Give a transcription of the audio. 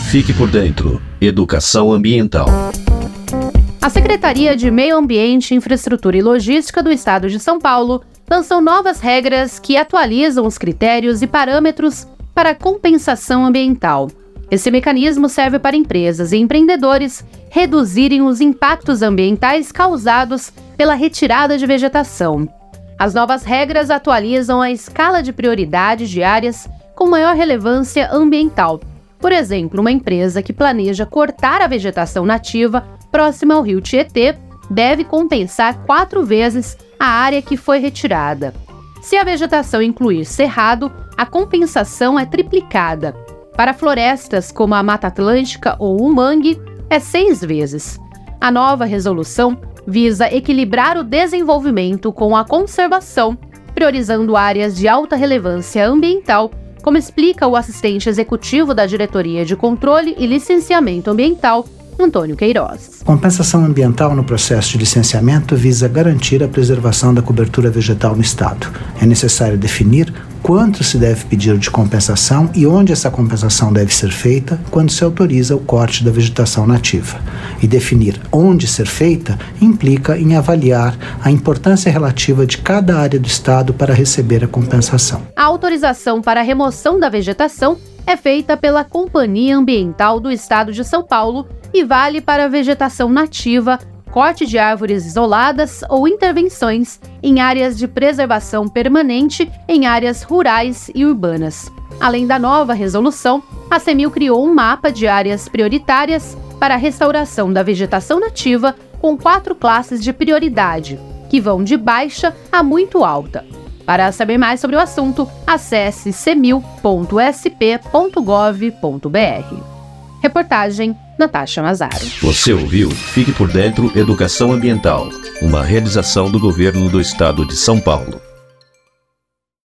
Fique por dentro. Educação ambiental. A Secretaria de Meio Ambiente, Infraestrutura e Logística do Estado de São Paulo lançou novas regras que atualizam os critérios e parâmetros para a compensação ambiental. Esse mecanismo serve para empresas e empreendedores reduzirem os impactos ambientais causados pela retirada de vegetação. As novas regras atualizam a escala de prioridade de áreas com maior relevância ambiental. Por exemplo, uma empresa que planeja cortar a vegetação nativa próxima ao rio Tietê deve compensar 4 vezes a área que foi retirada. Se a vegetação incluir cerrado, a compensação é triplicada. Para florestas como a Mata Atlântica ou o mangue, é 6 vezes. A nova resolução visa equilibrar o desenvolvimento com a conservação, priorizando áreas de alta relevância ambiental, como explica o assistente executivo da Diretoria de Controle e Licenciamento Ambiental, Antônio Queiroz. Compensação ambiental no processo de licenciamento visa garantir a preservação da cobertura vegetal no Estado. É necessário definir quanto se deve pedir de compensação e onde essa compensação deve ser feita quando se autoriza o corte da vegetação nativa. E definir onde ser feita implica em avaliar a importância relativa de cada área do Estado para receber a compensação. A autorização para a remoção da vegetação é feita pela Companhia Ambiental do Estado de São Paulo e vale para a vegetação nativa, corte de árvores isoladas ou intervenções em áreas de preservação permanente em áreas rurais e urbanas. Além da nova resolução, a CEMIL criou um mapa de áreas prioritárias para a restauração da vegetação nativa com 4 classes de prioridade, que vão de baixa a muito alta. Para saber mais sobre o assunto, acesse cemil.sp.gov.br. Reportagem Natasha Mazaro. Você ouviu Fique por Dentro Educação Ambiental, uma realização do Governo do Estado de São Paulo.